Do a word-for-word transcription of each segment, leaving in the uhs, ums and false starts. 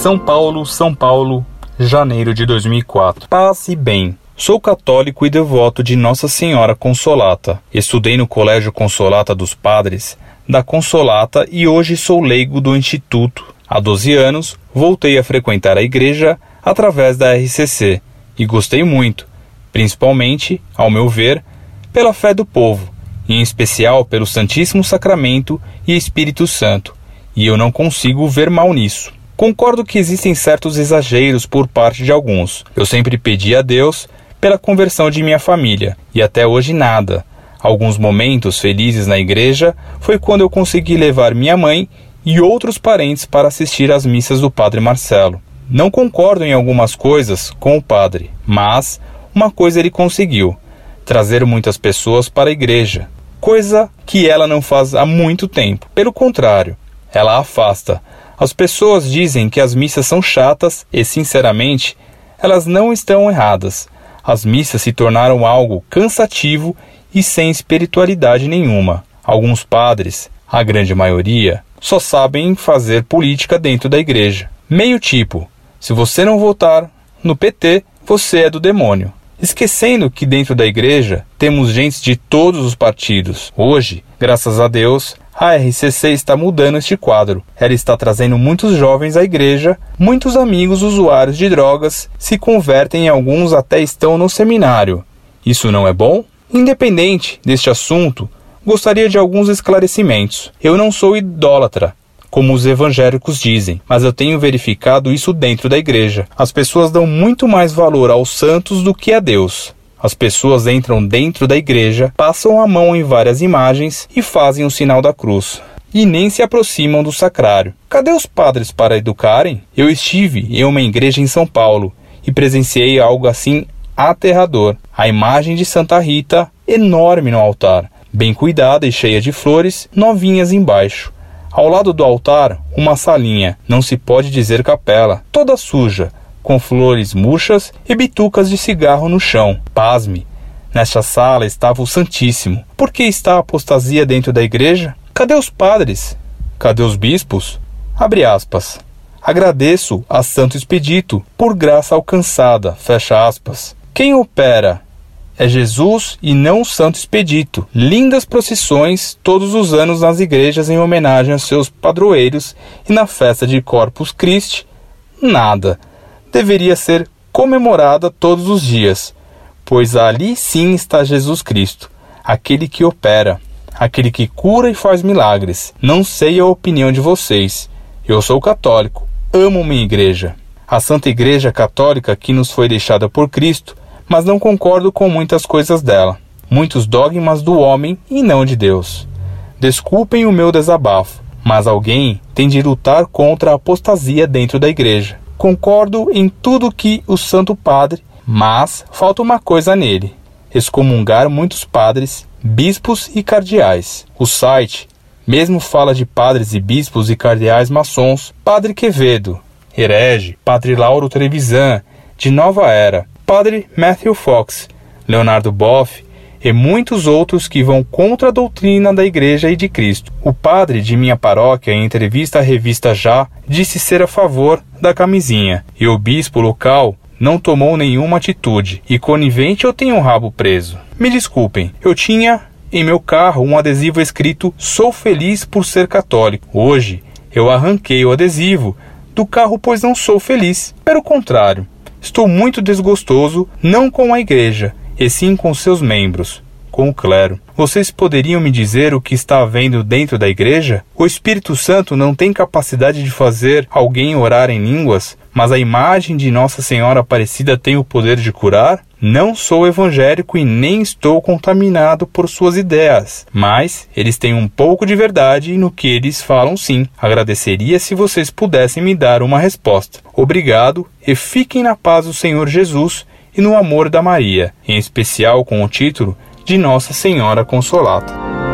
São Paulo, São Paulo, janeiro de dois mil e quatro. Paz e bem. Sou católico e devoto de Nossa Senhora Consolata. Estudei no Colégio Consolata dos Padres, da Consolata, e hoje sou leigo do Instituto. Há doze anos, voltei a frequentar a igreja através da R C C e gostei muito, principalmente, ao meu ver, pela fé do povo, e em especial pelo Santíssimo Sacramento e Espírito Santo, e eu não consigo ver mal nisso. Concordo que existem certos exageros por parte de alguns. Eu sempre pedi a Deus pela conversão de minha família, e até hoje nada. Alguns momentos felizes na igreja foi quando eu consegui levar minha mãe e outros parentes para assistir às missas do Padre Marcelo. Não concordo em algumas coisas com o padre, mas uma coisa ele conseguiu: trazer muitas pessoas para a igreja, coisa que ela não faz há muito tempo. Pelo contrário, ela afasta. As pessoas dizem que as missas são chatas e, sinceramente, elas não estão erradas. As missas se tornaram algo cansativo e sem espiritualidade nenhuma. Alguns padres, a grande maioria, só sabem fazer política dentro da igreja. Meio tipo, se você não votar no P T, você é do demônio. Esquecendo que dentro da igreja temos gente de todos os partidos. Hoje, graças a Deus, a R C C está mudando este quadro. Ela está trazendo muitos jovens à igreja, muitos amigos usuários de drogas se convertem e alguns até estão no seminário. Isso não é bom? Independente deste assunto, gostaria de alguns esclarecimentos. Eu não sou idólatra, como os evangélicos dizem, mas eu tenho verificado isso dentro da igreja. As pessoas dão muito mais valor aos santos do que a Deus. As pessoas entram dentro da igreja, passam a mão em várias imagens e fazem o sinal da cruz, e nem se aproximam do sacrário. Cadê os padres para educarem? Eu estive em uma igreja em São Paulo e presenciei algo assim aterrador. A imagem de Santa Rita, enorme no altar, bem cuidada e cheia de flores, novinhas embaixo. Ao lado do altar, uma salinha, não se pode dizer capela, toda suja, com flores murchas e bitucas de cigarro no chão. Pasme, nesta sala estava o Santíssimo. Por que está a apostasia dentro da igreja? Cadê os padres? Cadê os bispos? Abre aspas. Agradeço a Santo Expedito por graça alcançada, fecha aspas. Quem opera é Jesus e não o Santo Expedito. Lindas procissões todos os anos nas igrejas em homenagem aos seus padroeiros, e na festa de Corpus Christi, nada. Deveria ser comemorada todos os dias, pois ali sim está Jesus Cristo, aquele que opera, aquele que cura e faz milagres. Não sei a opinião de vocês. Eu sou católico, amo minha igreja, a Santa Igreja Católica que nos foi deixada por Cristo, mas não concordo com muitas coisas dela, muitos dogmas do homem e não de Deus. Desculpem o meu desabafo, mas alguém tem de lutar contra a apostasia dentro da igreja. Concordo em tudo que o Santo Padre, mas falta uma coisa nele: excomungar muitos padres, bispos e cardeais. O site mesmo fala de padres e bispos e cardeais maçons: Padre Quevedo, herege; Padre Lauro Trevisan, de Nova Era; Padre Matthew Fox, Leonardo Boff e muitos outros que vão contra a doutrina da Igreja e de Cristo. O padre de minha paróquia, em entrevista à revista Já, disse ser a favor da camisinha, e o bispo local não tomou nenhuma atitude. E conivente eu tenho um rabo preso. Me desculpem, eu tinha em meu carro um adesivo escrito "Sou feliz por ser católico". Hoje eu arranquei o adesivo do carro, pois não sou feliz. Pelo contrário, estou muito desgostoso, não com a igreja, e sim com seus membros, com o clero. Vocês poderiam me dizer o que está havendo dentro da igreja? O Espírito Santo não tem capacidade de fazer alguém orar em línguas, mas a imagem de Nossa Senhora Aparecida tem o poder de curar? Não sou evangélico e nem estou contaminado por suas ideias, mas eles têm um pouco de verdade no que eles falam, sim. Agradeceria se vocês pudessem me dar uma resposta. Obrigado e fiquem na paz do Senhor Jesus e no amor da Maria, em especial com o título de Nossa Senhora Consolata.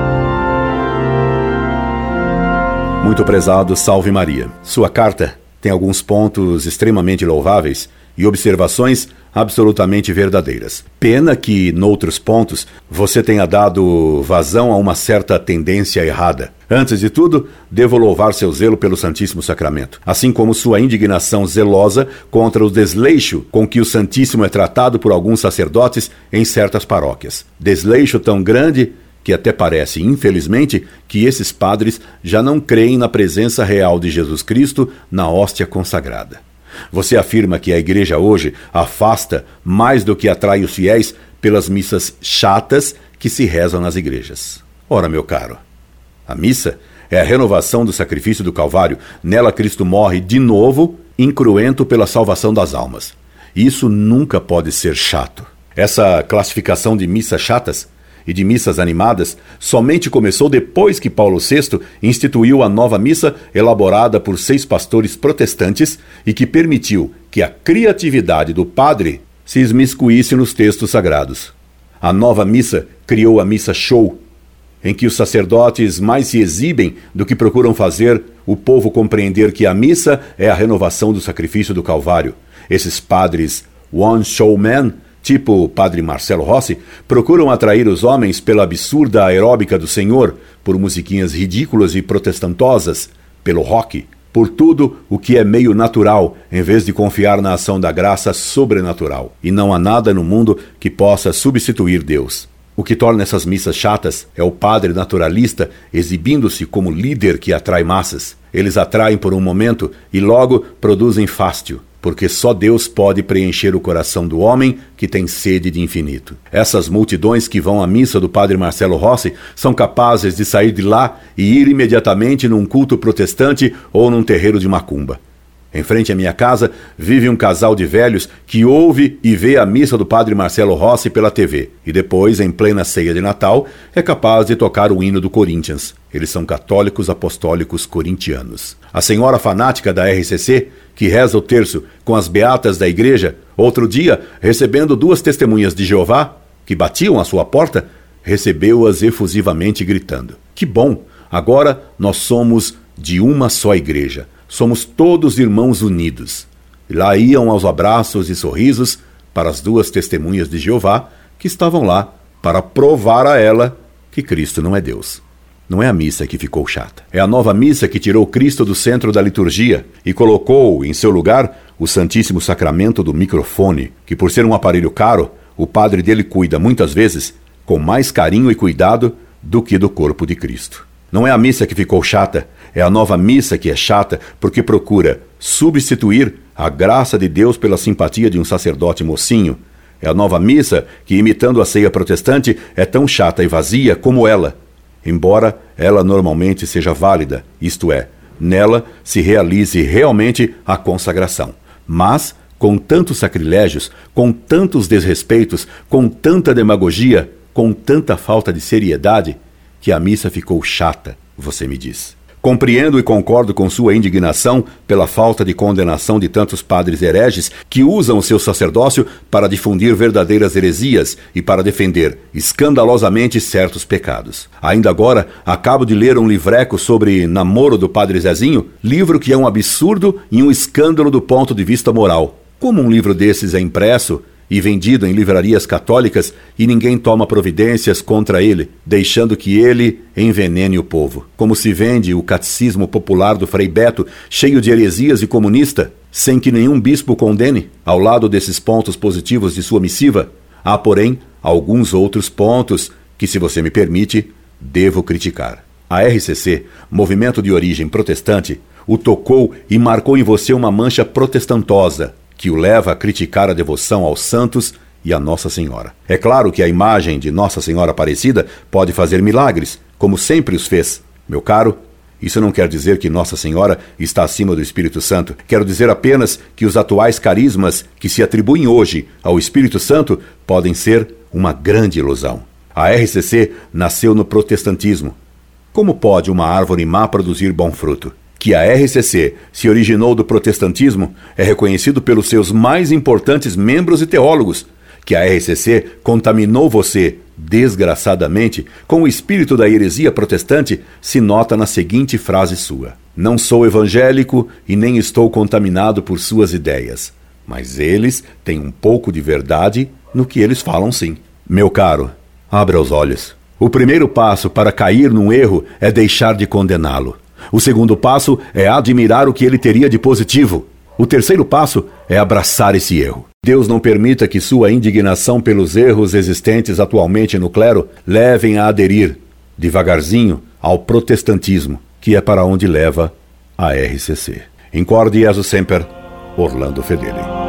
Muito prezado Salve Maria. Sua carta tem alguns pontos extremamente louváveis e observações absolutamente verdadeiras. Pena que, noutros pontos, você tenha dado vazão a uma certa tendência errada. Antes de tudo, devo louvar seu zelo pelo Santíssimo Sacramento, assim como sua indignação zelosa contra o desleixo com que o Santíssimo é tratado por alguns sacerdotes em certas paróquias. Desleixo tão grande que até parece, infelizmente, que esses padres já não creem na presença real de Jesus Cristo na hóstia consagrada. Você afirma que a igreja hoje afasta mais do que atrai os fiéis pelas missas chatas que se rezam nas igrejas. Ora, meu caro, a missa é a renovação do sacrifício do Calvário. Nela Cristo morre de novo, incruento pela salvação das almas. Isso nunca pode ser chato. Essa classificação de missas chatas e de missas animadas somente começou depois que Paulo sexto instituiu a nova missa elaborada por seis pastores protestantes e que permitiu que a criatividade do padre se esmiscuísse nos textos sagrados. A nova missa criou a missa show, em que os sacerdotes mais se exibem do que procuram fazer o povo compreender que a missa é a renovação do sacrifício do Calvário. Esses padres one show men, tipo o padre Marcelo Rossi, procuram atrair os homens pela absurda aeróbica do Senhor, por musiquinhas ridículas e protestantosas, pelo rock, por tudo o que é meio natural, em vez de confiar na ação da graça sobrenatural. E não há nada no mundo que possa substituir Deus. O que torna essas missas chatas é o padre naturalista exibindo-se como líder que atrai massas. Eles atraem por um momento e logo produzem fástio, porque só Deus pode preencher o coração do homem que tem sede de infinito. Essas multidões que vão à missa do padre Marcelo Rossi são capazes de sair de lá e ir imediatamente num culto protestante ou num terreiro de macumba. Em frente à minha casa vive um casal de velhos que ouve e vê a missa do padre Marcelo Rossi pela T V e depois, em plena ceia de Natal, é capaz de tocar o hino do Corinthians. Eles são católicos apostólicos corintianos. A senhora fanática da R C C, que reza o terço com as beatas da igreja, outro dia, recebendo duas testemunhas de Jeová, que batiam à sua porta, recebeu-as efusivamente gritando: "Que bom! Agora nós somos de uma só igreja. Somos todos irmãos unidos." E lá iam aos abraços e sorrisos para as duas testemunhas de Jeová que estavam lá para provar a ela que Cristo não é Deus. Não é a missa que ficou chata. É a nova missa que tirou Cristo do centro da liturgia e colocou em seu lugar o Santíssimo Sacramento do microfone, que por ser um aparelho caro, o padre dele cuida muitas vezes com mais carinho e cuidado do que do corpo de Cristo. Não é a missa que ficou chata, é a nova missa que é chata porque procura substituir a graça de Deus pela simpatia de um sacerdote mocinho. É a nova missa que, imitando a ceia protestante, é tão chata e vazia como ela, embora ela normalmente seja válida, isto é, nela se realize realmente a consagração. Mas, com tantos sacrilégios, com tantos desrespeitos, com tanta demagogia, com tanta falta de seriedade, que a missa ficou chata, você me diz. Compreendo e concordo com sua indignação pela falta de condenação de tantos padres hereges que usam o seu sacerdócio para difundir verdadeiras heresias e para defender escandalosamente certos pecados. Ainda agora, acabo de ler um livreco sobre namoro do padre Zezinho, livro que é um absurdo e um escândalo do ponto de vista moral. Como um livro desses é impresso e vendido em livrarias católicas e ninguém toma providências contra ele, deixando que ele envenene o povo? Como se vende o catecismo popular do Frei Beto, cheio de heresias e comunista, sem que nenhum bispo condene? Ao lado desses pontos positivos de sua missiva, há, porém, alguns outros pontos que, se você me permite, devo criticar. A R C C, movimento de origem protestante, o tocou e marcou em você uma mancha protestantosa, que o leva a criticar a devoção aos santos e a Nossa Senhora. É claro que a imagem de Nossa Senhora Aparecida pode fazer milagres, como sempre os fez. Meu caro, isso não quer dizer que Nossa Senhora está acima do Espírito Santo. Quero dizer apenas que os atuais carismas que se atribuem hoje ao Espírito Santo podem ser uma grande ilusão. A R C C nasceu no protestantismo. Como pode uma árvore má produzir bom fruto? Que a R C C se originou do protestantismo é reconhecido pelos seus mais importantes membros e teólogos. Que a R C C contaminou você, desgraçadamente, com o espírito da heresia protestante se nota na seguinte frase sua: "Não sou evangélico e nem estou contaminado por suas ideias, mas eles têm um pouco de verdade no que eles falam, sim. Meu caro, abra os olhos. O primeiro passo para cair num erro é deixar de condená-lo. O segundo passo é admirar o que ele teria de positivo. O terceiro passo é abraçar esse erro. Deus não permita que sua indignação pelos erros existentes atualmente no clero levem a aderir, devagarzinho, ao protestantismo, que é para onde leva a R C C. Incorde Jesus Semper, Orlando Fedeli.